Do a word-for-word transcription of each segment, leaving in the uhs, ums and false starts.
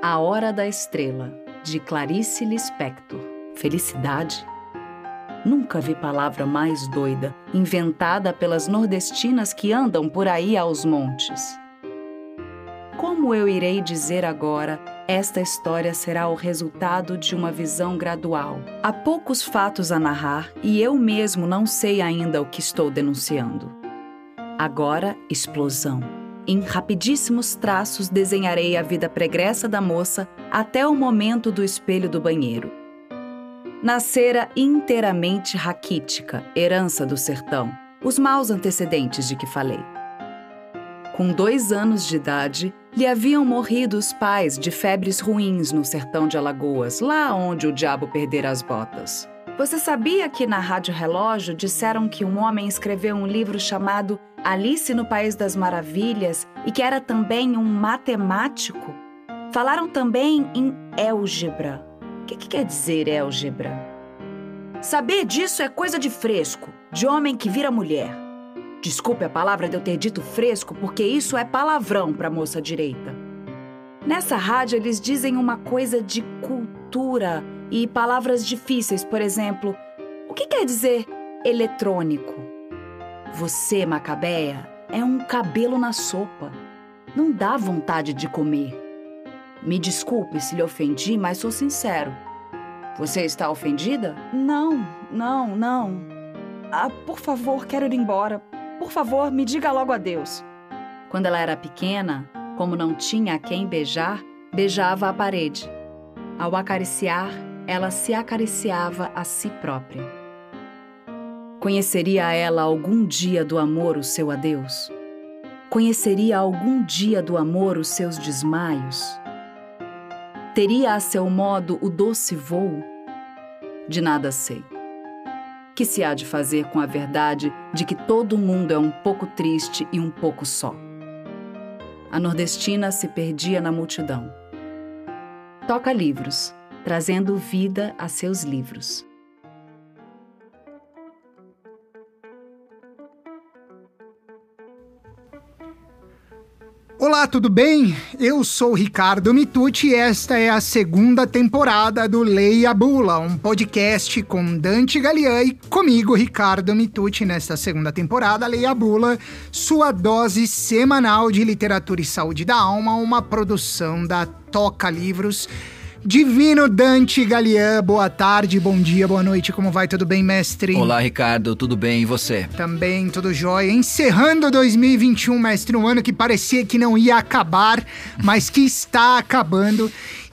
A Hora da Estrela, de Clarice Lispector. Felicidade? Nunca vi palavra mais doida, inventada pelas nordestinas que andam por aí aos montes. Como eu irei dizer agora, esta história será o resultado de uma visão gradual. Há poucos fatos a narrar e eu mesmo não sei ainda o que estou denunciando. Agora, explosão. Em rapidíssimos traços desenharei a vida pregressa da moça até o momento do espelho do banheiro. Nascera inteiramente raquítica, herança do sertão, os maus antecedentes de que falei. Com dois anos de idade, lhe haviam morrido os pais de febres ruins no sertão de Alagoas, lá onde o diabo perdera as botas. Você sabia que na Rádio Relógio disseram que um homem escreveu um livro chamado Alice no País das Maravilhas e que era também um matemático? Falaram também em álgebra. O que, que quer dizer álgebra? Saber disso é coisa de fresco, de homem que vira mulher. Desculpe a palavra de eu ter dito fresco, porque isso é palavrão para moça direita. Nessa rádio eles dizem uma coisa de cultura e palavras difíceis, por exemplo, o que quer dizer eletrônico? Você, Macabeia, é um cabelo na sopa. Não dá vontade de comer. Me desculpe se lhe ofendi, mas sou sincero. Você está ofendida? Não, não, não. Ah, por favor, quero ir embora. Por favor, me diga logo adeus. Quando ela era pequena, como não tinha a quem beijar, beijava a parede. Ao acariciar, ela se acariciava a si própria. Conheceria ela algum dia do amor o seu adeus? Conheceria algum dia do amor os seus desmaios? Teria a seu modo o doce voo? De nada sei. Que se há de fazer com a verdade de que todo mundo é um pouco triste e um pouco só? A nordestina se perdia na multidão. Toca livros, trazendo vida a seus livros. Olá, tudo bem? Eu sou Ricardo Mitucci e esta é a segunda temporada do Leia a Bula, um podcast com Dante Galian e comigo, Ricardo Mitucci, nesta segunda temporada, Leia a Bula, sua dose semanal de literatura e saúde da alma, uma produção da Toca Livros. Divino Dante Galian, boa tarde, bom dia, boa noite, como vai? Tudo bem, mestre? Olá, Ricardo, tudo bem, e você? Também, tudo jóia. Encerrando dois mil e vinte e um, mestre, um ano que parecia que não ia acabar, mas que está acabando.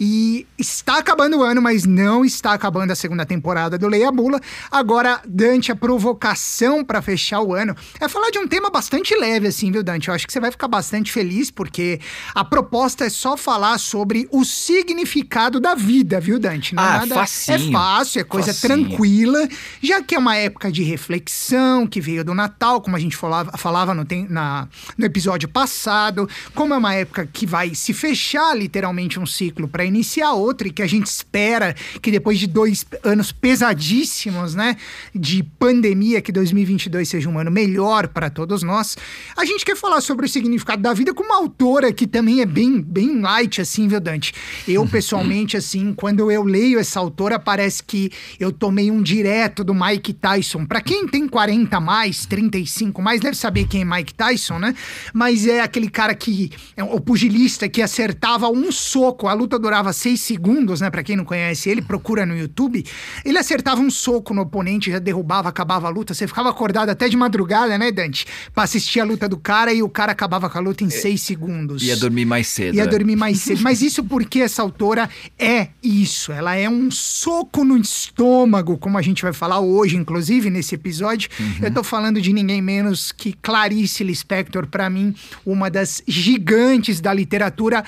E está acabando o ano, mas não está acabando a segunda temporada do Leia a Bula. Agora, Dante, a provocação para fechar o ano é falar de um tema bastante leve, assim, viu, Dante? Eu acho que você vai ficar bastante feliz, porque a proposta é só falar sobre o significado da vida, viu, Dante? Não ah, é nada... facinho. É fácil, é coisa facinho. Tranquila, já que é uma época de reflexão, que veio do Natal, como a gente falava, falava no, tem, na, no episódio passado, como é uma época que vai se fechar literalmente um ciclo para iniciar outro, e que a gente espera que depois de dois anos pesadíssimos, né, de pandemia, que dois mil e vinte e dois seja um ano melhor para todos nós. A gente quer falar sobre o significado da vida com uma autora que também é bem, bem light, assim, viu, Dante? Eu, pessoalmente, assim, quando eu leio essa autora, parece que eu tomei um direto do Mike Tyson. Para quem tem quarenta a mais, trinta e cinco a mais, deve saber quem é Mike Tyson, né? Mas é aquele cara que, é o pugilista que acertava um soco, a luta durava seis segundos, né? Pra quem não conhece ele, procura no YouTube. Ele acertava um soco no oponente, já derrubava, acabava a luta. Você ficava acordado até de madrugada, né, Dante? Pra assistir a luta do cara, e o cara acabava com a luta em seis segundos. Ia dormir mais cedo. Ia é. dormir mais cedo. Mas isso porque essa autora é isso. Ela é um soco no estômago, como a gente vai falar hoje, inclusive, nesse episódio. Uhum. Eu tô falando de ninguém menos que Clarice Lispector, pra mim, uma das gigantes da literatura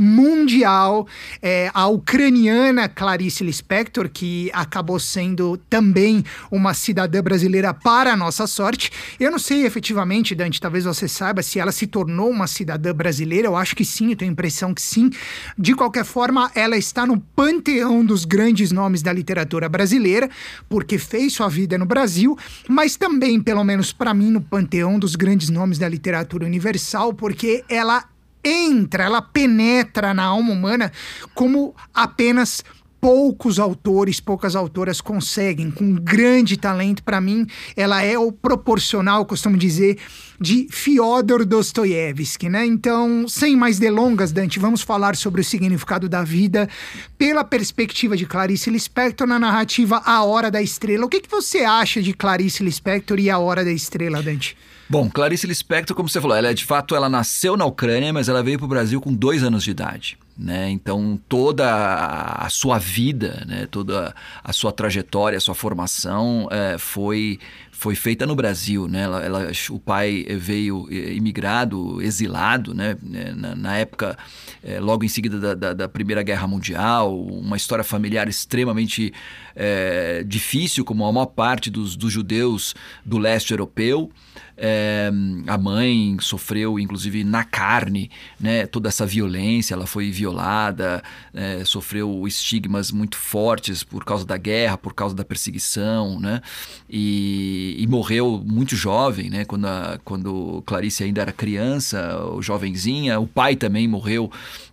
mundial. É, a ucraniana Clarice Lispector, que acabou sendo também uma cidadã brasileira para a nossa sorte. Eu não sei efetivamente, Dante, talvez você saiba se ela se tornou uma cidadã brasileira. Eu acho que sim, eu tenho a impressão que sim. De qualquer forma, ela está no panteão dos grandes nomes da literatura brasileira, porque fez sua vida no Brasil, mas também, pelo menos para mim, no panteão dos grandes nomes da literatura universal, porque ela entra, ela penetra na alma humana como apenas poucos autores, poucas autoras conseguem, com grande talento. Para mim, ela é o proporcional, costumo dizer, de Fyodor Dostoiévski, né? Então, sem mais delongas, Dante, vamos falar sobre o significado da vida pela perspectiva de Clarice Lispector na narrativa A Hora da Estrela. O que, que você acha de Clarice Lispector e A Hora da Estrela, Dante? Bom, Clarice Lispector, como você falou, ela de fato ela nasceu na Ucrânia, mas ela veio para o Brasil com dois anos de idade. Né? Então toda a sua vida, né? Toda a sua trajetória, a sua formação é, foi, foi feita no Brasil. Né? Ela, ela, o pai veio imigrado, exilado, né? na, na época, é, logo em seguida da, da, da Primeira Guerra Mundial, uma história familiar extremamente é, difícil, como a maior parte dos, dos judeus do leste europeu. É, a mãe sofreu, inclusive, na carne, né, toda essa violência, ela foi violada, é, sofreu estigmas muito fortes por causa da guerra, por causa da perseguição, né, e, e morreu muito jovem, né, quando, a, quando Clarice ainda era criança, jovenzinha. O pai também morreu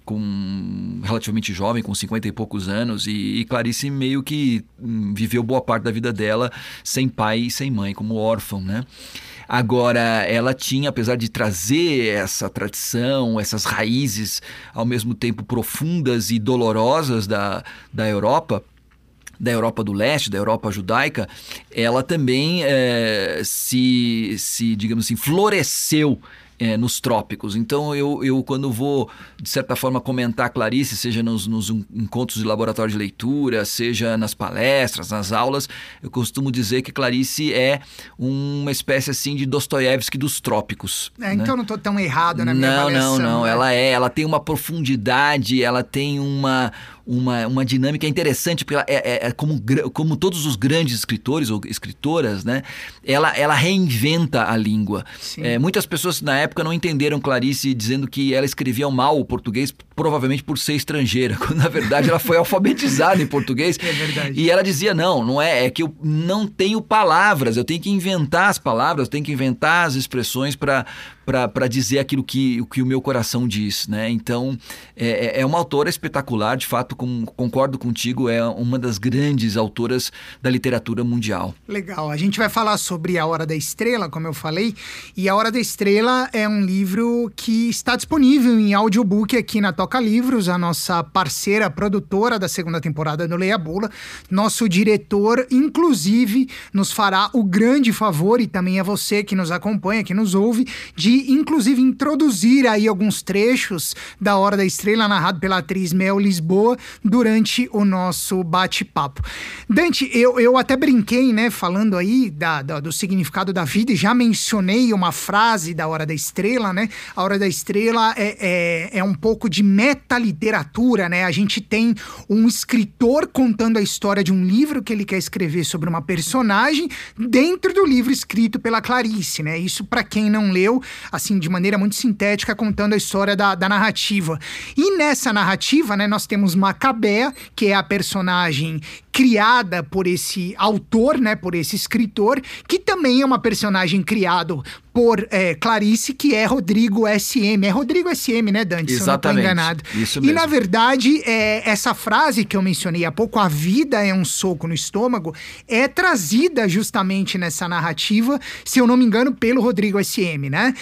com relativamente jovem, com cinquenta e poucos anos, e, e Clarice meio que hum, viveu boa parte da vida dela sem pai e sem mãe, como órfã, né. Agora, ela tinha, apesar de trazer essa tradição, essas raízes ao mesmo tempo profundas e dolorosas da, da Europa, da Europa do Leste, da Europa judaica, ela também é, se, se, digamos assim, floresceu É, nos trópicos. Então eu, eu quando vou, de certa forma, comentar Clarice, seja nos, nos encontros de laboratório de leitura, seja nas palestras, nas aulas, eu costumo dizer que Clarice é uma espécie assim de Dostoiévski dos trópicos. É, né? Então não estou tão errado na minha não, avaliação. Não, não, né? ela é, ela tem uma profundidade, ela tem uma... Uma, uma dinâmica interessante, porque ela é, é, é como, como todos os grandes escritores ou escritoras, né? Ela, ela reinventa a língua. É, muitas pessoas na época não entenderam Clarice dizendo que ela escrevia mal o português, provavelmente por ser estrangeira, quando na verdade ela foi alfabetizada em português. É verdade. E ela dizia, não, não é, é que eu não tenho palavras, eu tenho que inventar as palavras, eu tenho que inventar as expressões para para dizer aquilo que, que o meu coração diz, né? Então, é, é uma autora espetacular, de fato, com, concordo contigo, é uma das grandes autoras da literatura mundial. Legal, a gente vai falar sobre A Hora da Estrela, como eu falei, e A Hora da Estrela é um livro que está disponível em audiobook aqui na Toca Livros, a nossa parceira produtora da segunda temporada do Leia Bula. Nosso diretor, inclusive, nos fará o grande favor, e também é você que nos acompanha, que nos ouve, de inclusive introduzir aí alguns trechos da Hora da Estrela narrado pela atriz Mel Lisboa durante o nosso bate-papo. Dante, eu, eu até brinquei, né, falando aí da, da, do significado da vida, e já mencionei uma frase da Hora da Estrela, né? A Hora da Estrela é, é, é um pouco de metaliteratura, né? A gente tem um escritor contando a história de um livro que ele quer escrever sobre uma personagem dentro do livro escrito pela Clarice, né? Isso, para quem não leu, assim, de maneira muito sintética, contando a história da, da narrativa. E nessa narrativa, né, nós temos Macabea, que é a personagem criada por esse autor, né, por esse escritor, que também é uma personagem criada por é, Clarice, que é Rodrigo S M. É Rodrigo S M, né, Dante? Exatamente. Se eu não estou enganado. Isso mesmo. E, na verdade, é, essa frase que eu mencionei há pouco, a vida é um soco no estômago, é trazida justamente nessa narrativa, se eu não me engano, pelo Rodrigo S M, né?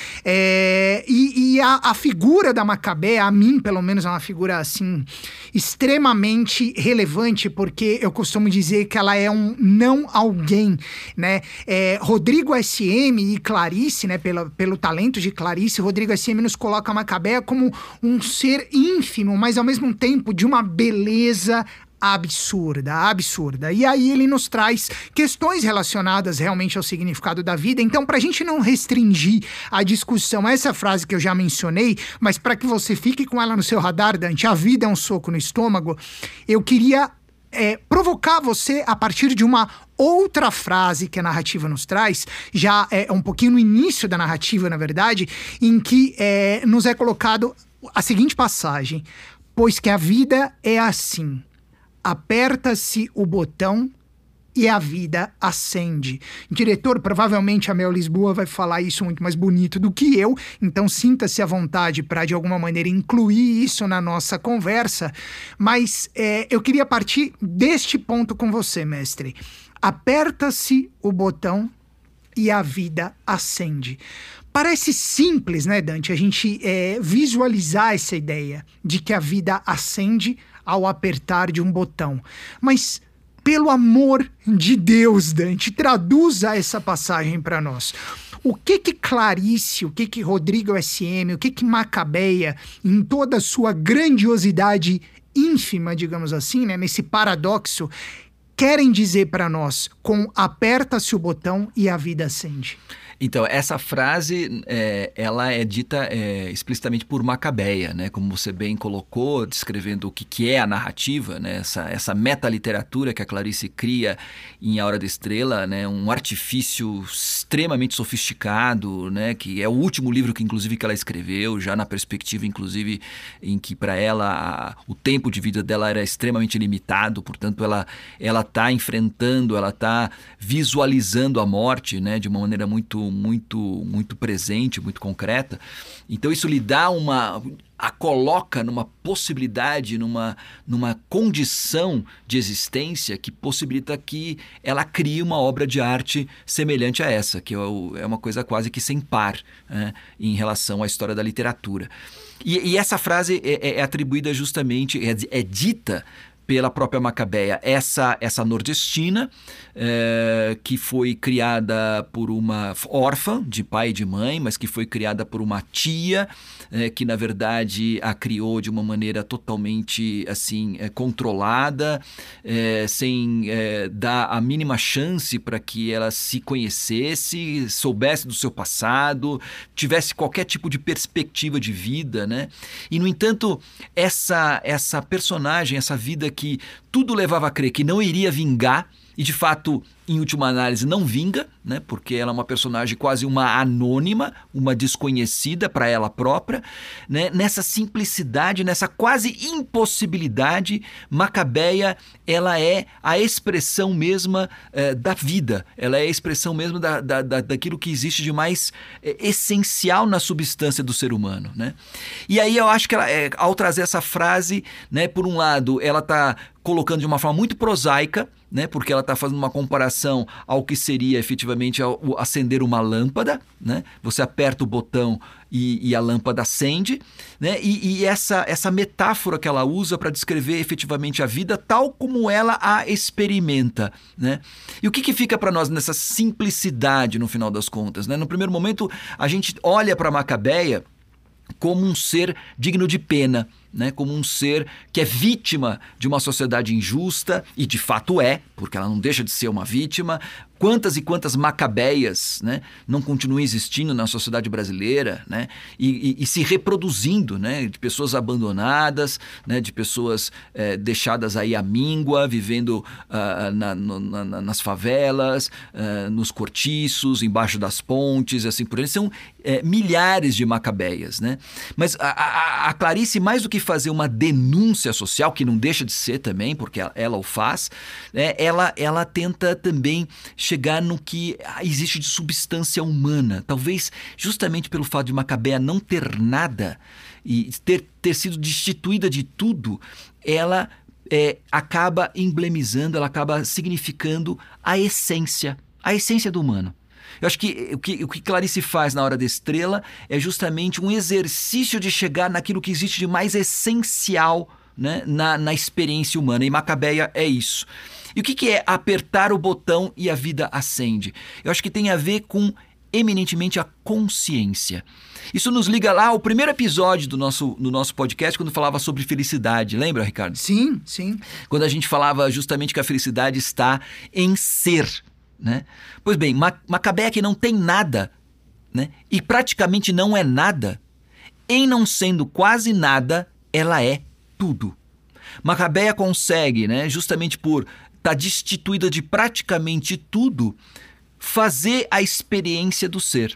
É, e e a, a figura da Macabea, a mim, pelo menos, é uma figura, assim, extremamente relevante, porque eu costumo dizer que ela é um não alguém, né? É, Rodrigo S M e Clarice, né, pelo, pelo talento de Clarice, Rodrigo S M nos coloca a Macabea como um ser ínfimo, mas ao mesmo tempo de uma beleza absurda, absurda. E aí ele nos traz questões relacionadas realmente ao significado da vida. Então, para a gente não restringir a discussão a essa frase que eu já mencionei, mas para que você fique com ela no seu radar, Dante, a vida é um soco no estômago, eu queria é, provocar você a partir de uma outra frase que a narrativa nos traz, já é um pouquinho no início da narrativa, na verdade, em que é, nos é colocado a seguinte passagem: pois que a vida é assim, aperta-se o botão e a vida acende. Diretor, provavelmente a Mel Lisboa vai falar isso muito mais bonito do que eu, então sinta-se à vontade para, de alguma maneira, incluir isso na nossa conversa, mas é, eu queria partir deste ponto com você, mestre. Aperta-se o botão e a vida acende. Parece simples, né, Dante, a gente é, visualizar essa ideia de que a vida acende ao apertar de um botão, mas... Pelo amor de Deus, Dante, traduza essa passagem para nós. O que que Clarice, o que que Rodrigo S M, o que que Macabeia, em toda a sua grandiosidade ínfima, digamos assim, né, nesse paradoxo, querem dizer para nós com aperta-se o botão e a vida acende? Então, essa frase, é, ela é dita é, explicitamente por Macabeia, né? Como você bem colocou, descrevendo o que, que é a narrativa, né? Essa, essa metaliteratura que a Clarice cria em A Hora da Estrela, né? Um artifício extremamente sofisticado, né? Que é o último livro que, inclusive, que ela escreveu, já na perspectiva, inclusive, em que para ela a, o tempo de vida dela era extremamente limitado, portanto, ela ela está enfrentando, ela está visualizando a morte, né? De uma maneira muito muito muito presente, muito concreta. Então isso lhe dá uma... a coloca numa possibilidade, numa, numa condição de existência que possibilita que ela crie uma obra de arte semelhante a essa, que é uma coisa quase que sem par, né, em relação à história da literatura. E, e essa frase é, é atribuída justamente, é, é dita pela própria Macabeia, essa, essa nordestina, é, que foi criada por uma órfã de pai e de mãe, mas que foi criada por uma tia, é, que na verdade a criou de uma maneira totalmente assim, é, controlada, é, sem é, dar a mínima chance para que ela se conhecesse, soubesse do seu passado, tivesse qualquer tipo de perspectiva de vida, né? E no entanto, essa, essa personagem, essa vida que que tudo levava a crer que não iria vingar, e de fato, em última análise, não vinga, né? Porque ela é uma personagem quase uma anônima, uma desconhecida para ela própria, né? Nessa simplicidade, nessa quase impossibilidade, Macabeia, ela é a expressão mesma eh, da vida, ela é a expressão mesmo da, da, da, daquilo que existe de mais eh, essencial na substância do ser humano, né? E aí eu acho que ela, eh, ao trazer essa frase, né, por um lado, ela está colocando de uma forma muito prosaica, né, porque ela está fazendo uma comparação ao que seria efetivamente ao, acender uma lâmpada, né? Você aperta o botão e, e a lâmpada acende, né? E, e essa, essa metáfora que ela usa para descrever efetivamente a vida tal como ela a experimenta, né? E o que, que fica para nós nessa simplicidade no final das contas, né? No primeiro momento a gente olha para Macabeia como um ser digno de pena, né, como um ser que é vítima de uma sociedade injusta, e de fato é, porque ela não deixa de ser uma vítima. Quantas e quantas Macabeias, né, não continuam existindo na sociedade brasileira, né, e, e, e se reproduzindo, né, de pessoas abandonadas, né, de pessoas é, deixadas aí à míngua, vivendo uh, na, no, na, nas favelas, uh, nos cortiços, embaixo das pontes, assim por aí. São é, milhares de Macabeias, né? Mas a, a, a Clarice, mais do que fazer uma denúncia social, que não deixa de ser também, porque ela, ela o faz, né, ela, ela tenta também chegar no que existe de substância humana. Talvez justamente pelo fato de Macabeia não ter nada e ter, ter sido destituída de tudo, ela é, acaba emblemizando, ela acaba significando a essência, a essência do humano. Eu acho que o, que o que Clarice faz na Hora da Estrela é justamente um exercício de chegar naquilo que existe de mais essencial, né, na, na experiência humana. E Macabeia é isso. E o que, que é apertar o botão e a vida acende? Eu acho que tem a ver com, eminentemente, a consciência. Isso nos liga lá ao primeiro episódio do nosso, do nosso podcast, quando falava sobre felicidade. Lembra, Ricardo? Sim, sim. Quando a gente falava justamente que a felicidade está em ser, né? Pois bem, Macabeia, que não tem nada, né, e praticamente não é nada, em não sendo quase nada, ela é tudo. Macabeia consegue, né, justamente por estar destituída de praticamente tudo, fazer a experiência do ser.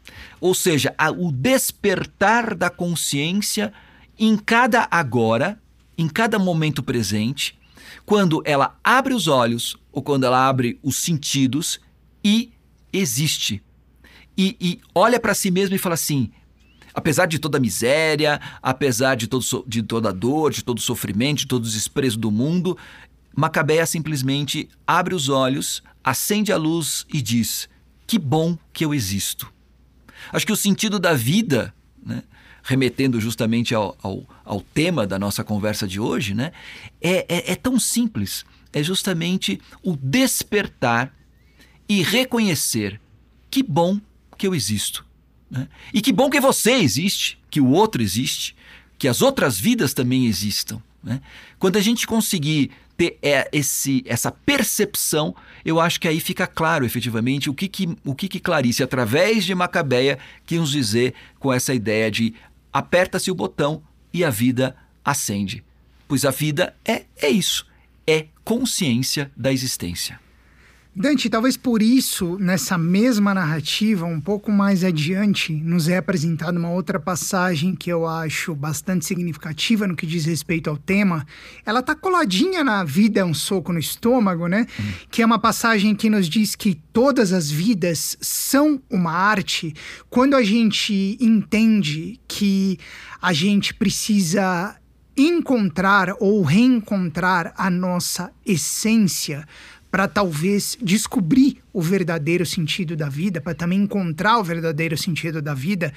Ou seja, a, o despertar da consciência em cada agora, em cada momento presente, quando ela abre os olhos, ou quando ela abre os sentidos e existe. E, e olha para si mesma e fala assim, apesar de toda a miséria, apesar de, todo, de toda a dor, de todo o sofrimento, de todos os desprezo do mundo, Macabeia simplesmente abre os olhos, acende a luz e diz, que bom que eu existo. Acho que o sentido da vida, né, remetendo justamente ao, ao, ao tema da nossa conversa de hoje, né, é, é, é tão simples. É justamente o despertar e reconhecer que bom que eu existo. Né? E que bom que você existe, que o outro existe, que as outras vidas também existam. Né? Quando a gente conseguir ter é, esse, essa percepção, eu acho que aí fica claro, efetivamente, o que, que, o que, que Clarice, através de Macabeia, quis nos dizer com essa ideia de aperta-se o botão e a vida acende. Pois a vida é, é isso, é consciência da existência. Dante, talvez por isso, nessa mesma narrativa, um pouco mais adiante, nos é apresentada uma outra passagem que eu acho bastante significativa no que diz respeito ao tema. Ela está coladinha na Vida é um Soco no Estômago, né? Hum. Que é uma passagem que nos diz que todas as vidas são uma arte. Quando a gente entende que a gente precisa encontrar ou reencontrar a nossa essência, para talvez descobrir o verdadeiro sentido da vida, para também encontrar o verdadeiro sentido da vida,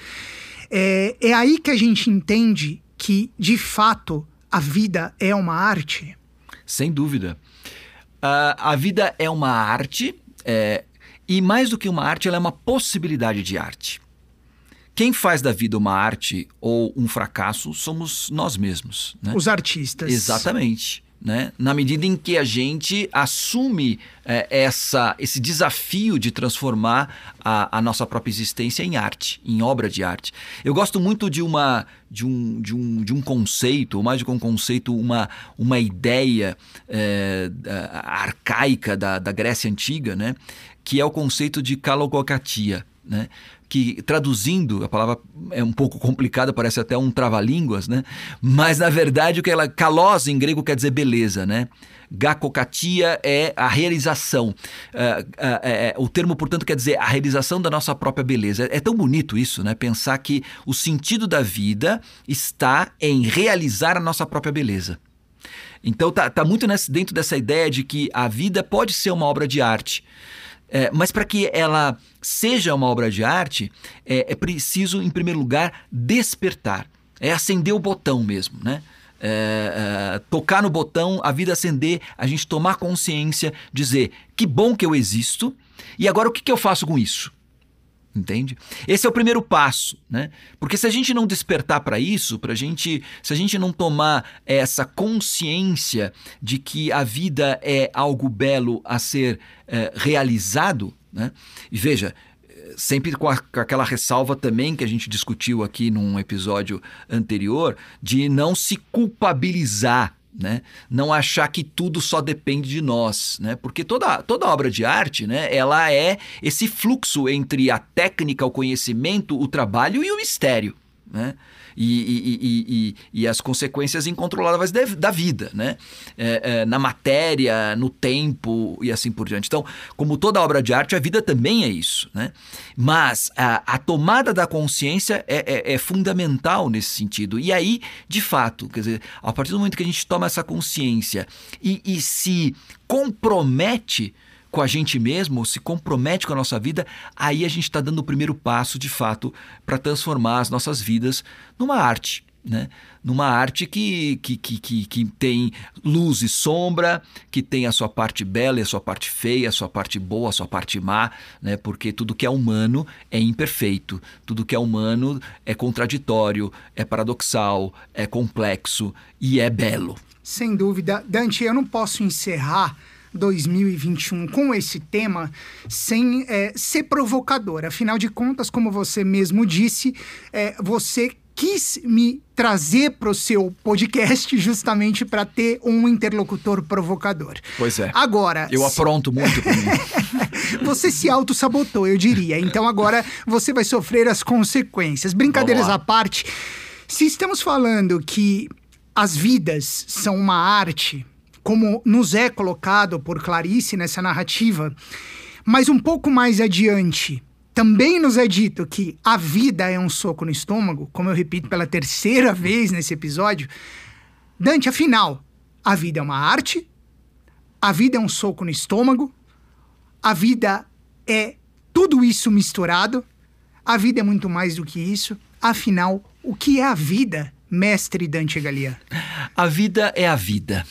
é, é aí que a gente entende que, de fato, a vida é uma arte? Sem dúvida. Uh, a vida é uma arte, é, e mais do que uma arte, ela é uma possibilidade de arte. Quem faz da vida uma arte ou um fracasso somos nós mesmos. Né? Os artistas. Exatamente. Né? Na medida em que a gente assume é, essa, esse desafio de transformar a, a nossa própria existência em arte, em obra de arte. Eu gosto muito de, uma, de, um, de, um, de um conceito, ou mais do que um conceito, uma, uma ideia é, arcaica da, da Grécia Antiga, né? Que é o conceito de kalogokatia, né? Que traduzindo, a palavra é um pouco complicada, parece até um trava-línguas, né? Mas na verdade o que ela, kalos em grego quer dizer beleza, né? Gakokatia é a realização. Uh, uh, uh, uh, o termo, portanto, quer dizer a realização da nossa própria beleza. É, é tão bonito isso, né? Pensar que o sentido da vida está em realizar a nossa própria beleza. Então tá, tá muito nesse, dentro dessa ideia de que a vida pode ser uma obra de arte. É, mas para que ela seja uma obra de arte, é, é preciso, em primeiro lugar, despertar. É acender o botão mesmo, né? É, é, tocar no botão, a vida acender, a gente tomar consciência, dizer que bom que eu existo e agora o que, que eu faço com isso? Entende? Esse é o primeiro passo, né? Porque se a gente não despertar para isso, pra gente, se a gente não tomar essa consciência de que a vida é algo belo a ser é, realizado, né? E veja, sempre com, a, com aquela ressalva também que a gente discutiu aqui num episódio anterior, de não se culpabilizar, né? Não achar que tudo só depende de nós, né? Porque toda, toda obra de arte, né? Ela é esse fluxo entre a técnica, o conhecimento, o trabalho e o mistério, né? E, e, e, e, e as consequências incontroláveis da, da vida, né? É, é, na matéria, no tempo e assim por diante. Então, como toda obra de arte, a vida também é isso, né? Mas a, a tomada da consciência é, é, é fundamental nesse sentido. E aí, de fato, quer dizer, a partir do momento que a gente toma essa consciência e, e se compromete com a gente mesmo, se compromete com a nossa vida, aí a gente está dando o primeiro passo, de fato, para transformar as nossas vidas numa arte, né? Numa arte que, que, que, que, que tem luz e sombra, que tem a sua parte bela e a sua parte feia, a sua parte boa, a sua parte má, né? Porque tudo que é humano é imperfeito, tudo que é humano é contraditório, é paradoxal, é complexo e é belo. Sem dúvida. Dante, eu não posso encerrar dois mil e vinte e um com esse tema sem é, ser provocador. Afinal de contas, como você mesmo disse, é, você quis me trazer para o seu podcast justamente para ter um interlocutor provocador. Pois é. Agora... Eu apronto muito para mim. Você se auto-sabotou, eu diria. Então agora você vai sofrer as consequências. Brincadeiras à parte, se estamos falando que as vidas são uma arte, como nos é colocado por Clarice nessa narrativa, mas um pouco mais adiante, também nos é dito que a vida é um soco no estômago, como eu repito pela terceira vez nesse episódio. Dante, afinal, a vida é uma arte, a vida é um soco no estômago, a vida é tudo isso misturado, a vida é muito mais do que isso. Afinal, o que é a vida, mestre Dante Gallia? A vida é a vida.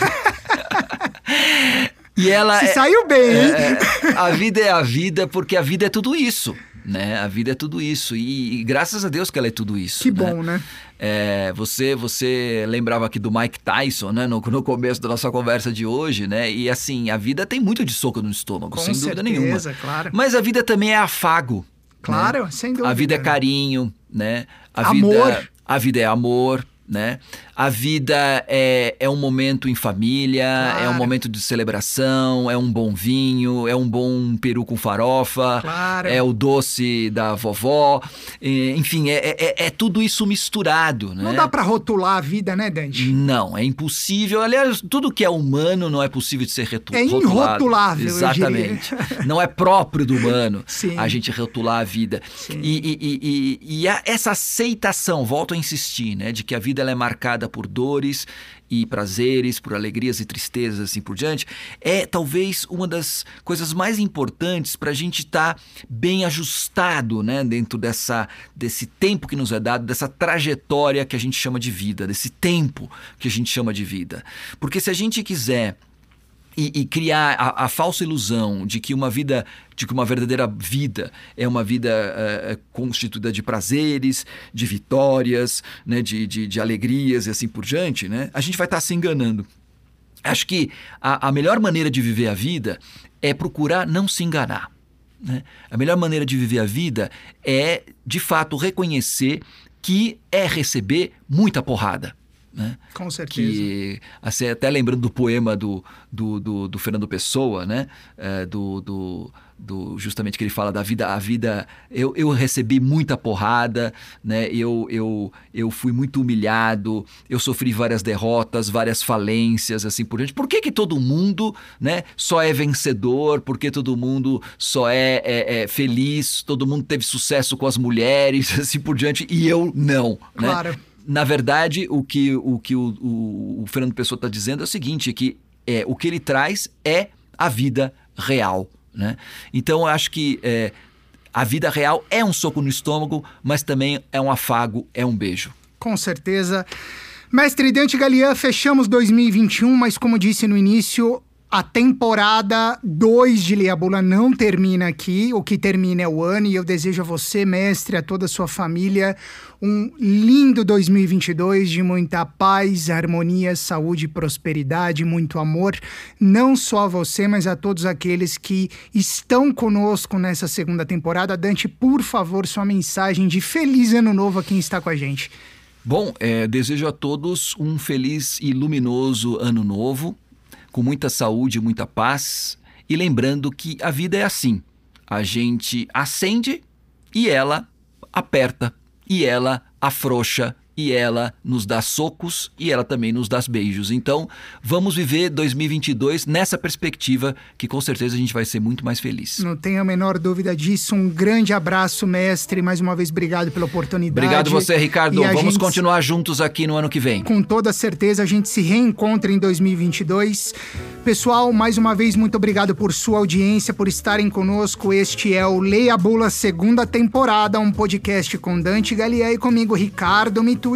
E ela Se é, saiu bem, hein? É, a vida é a vida porque a vida é tudo isso, né? A vida é tudo isso e, e graças a Deus que ela é tudo isso. Que né? bom, né? É, você, você lembrava aqui do Mike Tyson, né? No, no começo da nossa conversa de hoje, né? E assim, a vida tem muito de soco no estômago, Com sem certeza, dúvida nenhuma. claro. Mas a vida também é afago. Claro, né? sem dúvida. A vida é carinho, né? A Amor. Vida, a vida é amor, né? A vida é, é um momento em família, Claro. é um momento de celebração, é um bom vinho, é um bom peru com farofa, Claro. é o doce da vovó, e, enfim, é, é, é tudo isso misturado, né? Não dá pra rotular a vida, né, Dante? Não, é impossível. Aliás, tudo que é humano não é possível de ser retu- É rotulado. irrotulável, eu Exatamente. Não é próprio do humano Sim. a gente rotular a vida. Sim. E, e, e, e, e a, essa aceitação, volto a insistir, né, de que a vida ela é marcada por dores e prazeres, por alegrias e tristezas, assim por diante, é talvez uma das coisas mais importantes para a gente estar tá bem ajustado, né, dentro dessa, desse tempo que nos é dado, dessa trajetória que a gente chama de vida, desse tempo que a gente chama de vida. Porque se a gente quiser E, e criar a, a falsa ilusão de que uma vida, de que uma verdadeira vida é uma vida uh, constituída de prazeres, de vitórias, né, de, de, de alegrias e assim por diante, né, a gente vai estar se enganando. Acho que a, a melhor maneira de viver a vida é procurar não se enganar. Né? A melhor maneira de viver a vida é, de fato, reconhecer que é receber muita porrada. Né? Com certeza. Que, assim, até lembrando do poema do, do, do, do Fernando Pessoa, né? É, do, do, do, justamente que ele fala da vida, a vida, eu, eu recebi muita porrada, né? eu, eu, eu fui muito humilhado, eu sofri várias derrotas, várias falências, assim por diante. Por que que todo mundo, né, só é vencedor? Por que todo mundo só é, é, é feliz? Todo mundo teve sucesso com as mulheres, assim por diante, e eu não, Claro. né? Na verdade, o que o, que o, o, o Fernando Pessoa está dizendo é o seguinte, que é, o que ele traz é a vida real. Né? Então, eu acho que é, a vida real é um soco no estômago, mas também é um afago, é um beijo. Com certeza. Mestre Dante Gallia, fechamos dois mil e vinte e um, mas como disse no início, a temporada dois de Leia a Bula não termina aqui, o que termina é o ano, e eu desejo a você, mestre, a toda a sua família, um lindo dois mil e vinte e dois de muita paz, harmonia, saúde e prosperidade, muito amor, não só a você, mas a todos aqueles que estão conosco nessa segunda temporada. Dante, por favor, sua mensagem de feliz ano novo a quem está com a gente. Bom, é, desejo a todos um feliz e luminoso ano novo, com muita saúde e muita paz, e lembrando que a vida é assim, a gente acende e ela aperta, e ela afrouxa, e ela nos dá socos, e ela também nos dá beijos. Então, vamos viver dois mil e vinte e dois nessa perspectiva, que com certeza a gente vai ser muito mais feliz. Não tenho a menor dúvida disso. Um grande abraço, mestre. Mais uma vez, obrigado pela oportunidade. Obrigado você, Ricardo. E a Vamos gente, continuar juntos aqui no ano que vem. Com toda certeza, a gente se reencontra em dois mil e vinte e dois. Pessoal, mais uma vez, muito obrigado por sua audiência, por estarem conosco. Este é o Leia a Bula segunda temporada, um podcast com Dante Gallia e comigo, Ricardo Mitucci.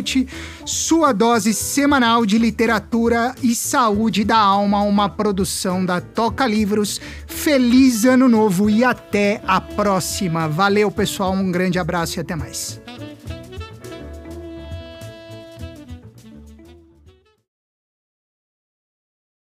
Sua dose semanal de literatura e saúde da alma, uma produção da Toca Livros. Feliz Ano Novo e até a próxima. Valeu, pessoal, um grande abraço e até mais.